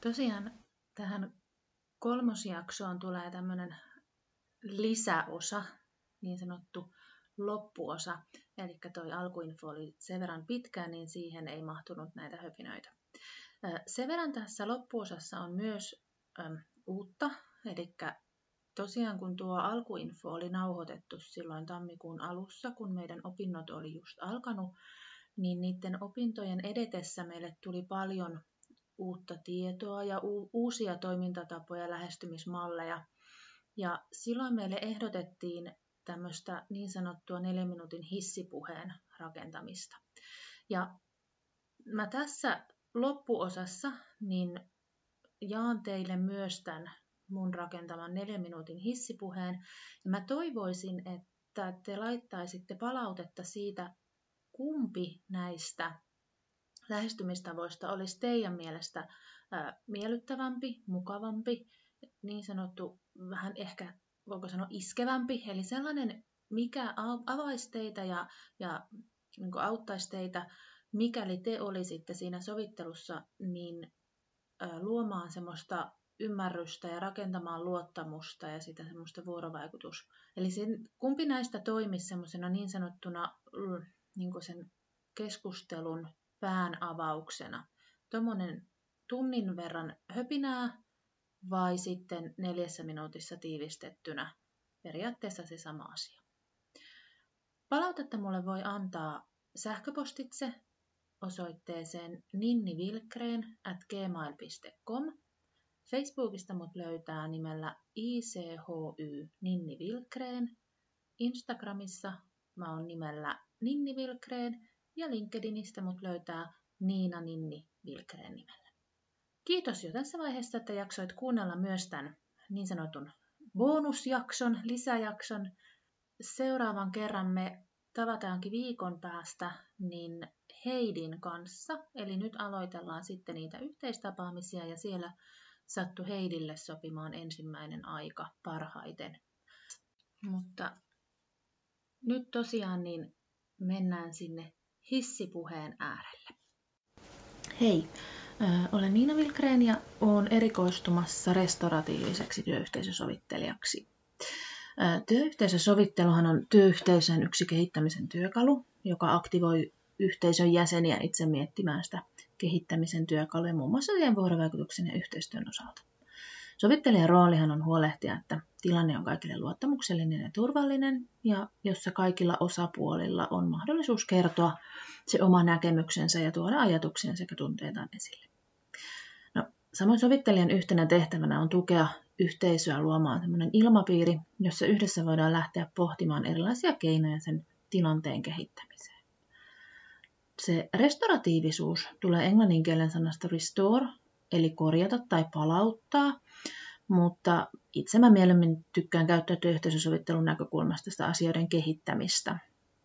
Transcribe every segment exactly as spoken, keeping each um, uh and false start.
Tosiaan tähän kolmosjaksoon tulee tämmöinen lisäosa, niin sanottu loppuosa. Eli toi alkuinfo oli sen verran pitkä, niin siihen ei mahtunut näitä höpinöitä. Sen verran tässä loppuosassa on myös äm, uutta, eli tosiaan kun tuo alkuinfo oli nauhoitettu silloin tammikuun alussa, kun meidän opinnot oli just alkanut, niin niiden opintojen edetessä meille tuli paljon uutta tietoa ja u- uusia toimintatapoja, lähestymismalleja. Ja silloin meille ehdotettiin tämmöistä niin sanottua neljän minuutin hissipuheen rakentamista. Ja mä tässä loppuosassa niin jaan teille myös tämän mun rakentaman neljän minuutin hissipuheen. Ja mä toivoisin, että te laittaisitte palautetta siitä, kumpi näistä lähestymistavoista olisi teidän mielestä ää, miellyttävämpi, mukavampi, niin sanottu vähän ehkä, voiko sanoa iskevämpi, eli sellainen, mikä avaisi teitä ja, ja niin kuin auttaisi teitä, mikäli te olisitte siinä sovittelussa, niin ää, luomaan semmoista ymmärrystä ja rakentamaan luottamusta ja sitä semmoista vuorovaikutus. Eli sen, kumpi näistä toimisi semmoisena niin sanottuna niin kuin sen keskustelun pään avauksena. Tuommoinen tunnin verran höpinää vai sitten neljässä minuutissa tiivistettynä periaatteessa se sama asia. Palautetta mulle voi antaa sähköpostitse osoitteeseen ninnivilkreen at gmail piste com. Facebookista mut löytää nimellä I C H Y Ninni Vilkreen. Instagramissa mä oon nimellä Ninni Vilkreen ja LinkedInistä mut löytää Niina Ninni Vilkreen nimellä. Kiitos jo tässä vaiheessa, että jaksoit kuunnella myös tämän niin sanotun bonusjakson, lisäjakson. Seuraavan kerran me tavataankin viikon päästä niin Heidin kanssa. Eli nyt aloitellaan sitten niitä yhteistapaamisia ja siellä sattui Heidille sopimaan ensimmäinen aika parhaiten. Mutta nyt tosiaan niin mennään sinne hissipuheen äärelle. Hei, äh, olen Niina Vilkreen ja olen erikoistumassa restoratiiviseksi työyhteisösovittelijaksi. Äh, työyhteisösovitteluhan on työyhteisön yksi kehittämisen työkalu, joka aktivoi yhteisön jäseniä itse miettimään sitä kehittämisen työkaluja muun muassa siihen vuorovaikutuksen ja yhteistyön osalta. Sovittelijan roolihan on huolehtia, että tilanne on kaikille luottamuksellinen ja turvallinen, ja jossa kaikilla osapuolilla on mahdollisuus kertoa se oma näkemyksensä ja tuoda ajatuksia sekä tunteitaan esille. No, samoin sovittelijan yhtenä tehtävänä on tukea yhteisöä luomaan sellainen ilmapiiri, jossa yhdessä voidaan lähteä pohtimaan erilaisia keinoja sen tilanteen kehittämiseen. Se restoratiivisuus tulee englannin kielen sanasta restore, eli korjata tai palauttaa, mutta itse mä mieluummin tykkään käyttää työyhteisösovittelun näkökulmasta sitä asioiden kehittämistä.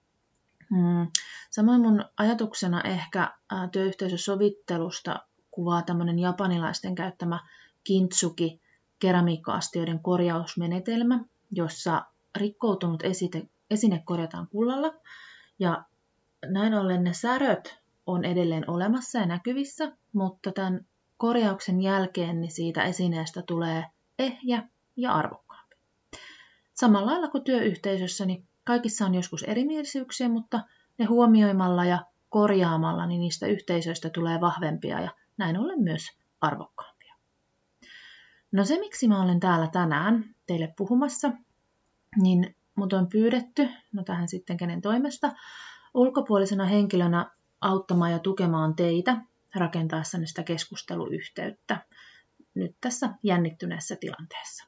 Samoin mun ajatuksena ehkä työyhteisösovittelusta kuvaa tämmöinen japanilaisten käyttämä kintsugi keramiikka-astioiden korjausmenetelmä, jossa rikkoutunut esite, esine korjataan kullalla ja näin ollen ne säröt on edelleen olemassa ja näkyvissä, mutta tämän korjauksen jälkeen niin siitä esineestä tulee ehjä ja arvokkaampi. Samalla lailla kuin työyhteisössä, niin kaikissa on joskus erimielisyyksiä, mutta ne huomioimalla ja korjaamalla niin niistä yhteisöistä tulee vahvempia ja näin ollen myös arvokkaampia. No se, miksi mä olen täällä tänään teille puhumassa, niin mut on pyydetty, no tähän sitten kenen toimesta, ulkopuolisena henkilönä auttamaan ja tukemaan teitä rakentaessanne sitä keskusteluyhteyttä nyt tässä jännittyneessä tilanteessa.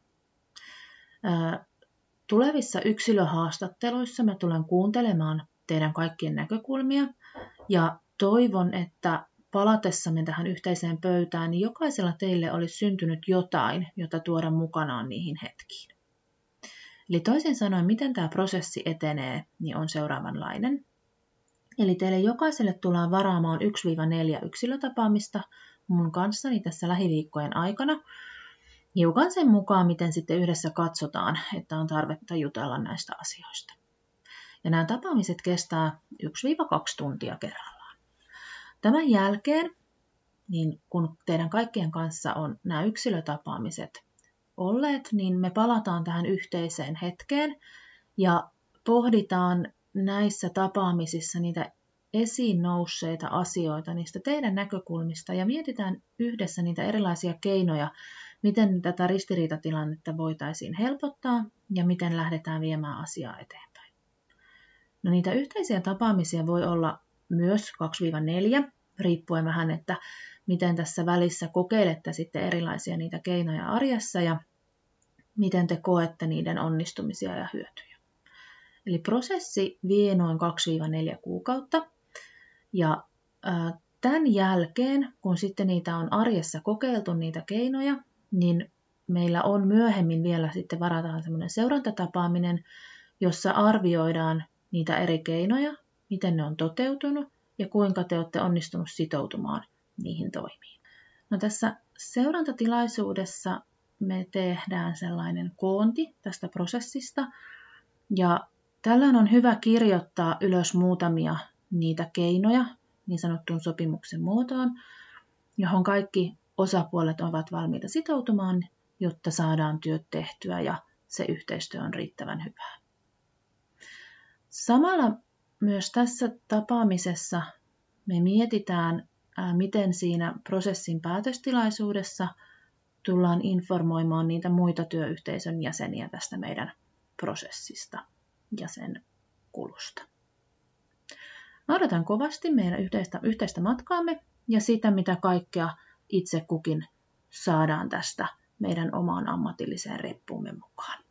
Tulevissa yksilöhaastatteluissa mä tulen kuuntelemaan teidän kaikkien näkökulmia ja toivon, että palatessamme tähän yhteiseen pöytään, niin jokaisella teille olisi syntynyt jotain, jota tuoda mukanaan niihin hetkiin. Eli toisin sanoen, miten tämä prosessi etenee, niin on seuraavanlainen. Eli teille jokaiselle tullaan varaamaan yksi neljä yksilötapaamista mun kanssani tässä lähiviikkojen aikana. Hiukan sen mukaan, miten sitten yhdessä katsotaan, että on tarvetta jutella näistä asioista. Ja nämä tapaamiset kestää yksi kaksi tuntia kerrallaan. Tämän jälkeen niin kun teidän kaikkien kanssa on nämä yksilötapaamiset olleet, niin me palataan tähän yhteiseen hetkeen ja pohditaan näissä tapaamisissa niitä esiin nousseita asioita niistä teidän näkökulmista ja mietitään yhdessä niitä erilaisia keinoja, miten tätä ristiriitatilannetta voitaisiin helpottaa ja miten lähdetään viemään asiaa eteenpäin. No niitä yhteisiä tapaamisia voi olla myös kaksi neljä, riippuen vähän, että miten tässä välissä kokeilette sitten erilaisia niitä keinoja arjessa ja miten te koette niiden onnistumisia ja hyötyjä. Eli prosessi vie noin kaksi neljä kuukautta ja ää, tämän jälkeen, kun sitten niitä on arjessa kokeiltu niitä keinoja, niin meillä on myöhemmin vielä sitten varataan semmoinen seurantatapaaminen, jossa arvioidaan niitä eri keinoja, miten ne on toteutunut ja kuinka te olette onnistunut sitoutumaan niihin toimiin. No tässä seurantatilaisuudessa me tehdään sellainen koonti tästä prosessista ja tällöin on hyvä kirjoittaa ylös muutamia niitä keinoja niin sanottuun sopimuksen muotoon, johon kaikki osapuolet ovat valmiita sitoutumaan, jotta saadaan työt tehtyä ja se yhteistyö on riittävän hyvää. Samalla myös tässä tapaamisessa me mietitään, miten siinä prosessin päätöstilaisuudessa tullaan informoimaan niitä muita työyhteisön jäseniä tästä meidän prosessista ja sen kulusta. Mä odotan kovasti meidän yhteistä, yhteistä matkaamme ja sitä, mitä kaikkea itse kukin saadaan tästä meidän omaan ammatilliseen reppuumme mukaan.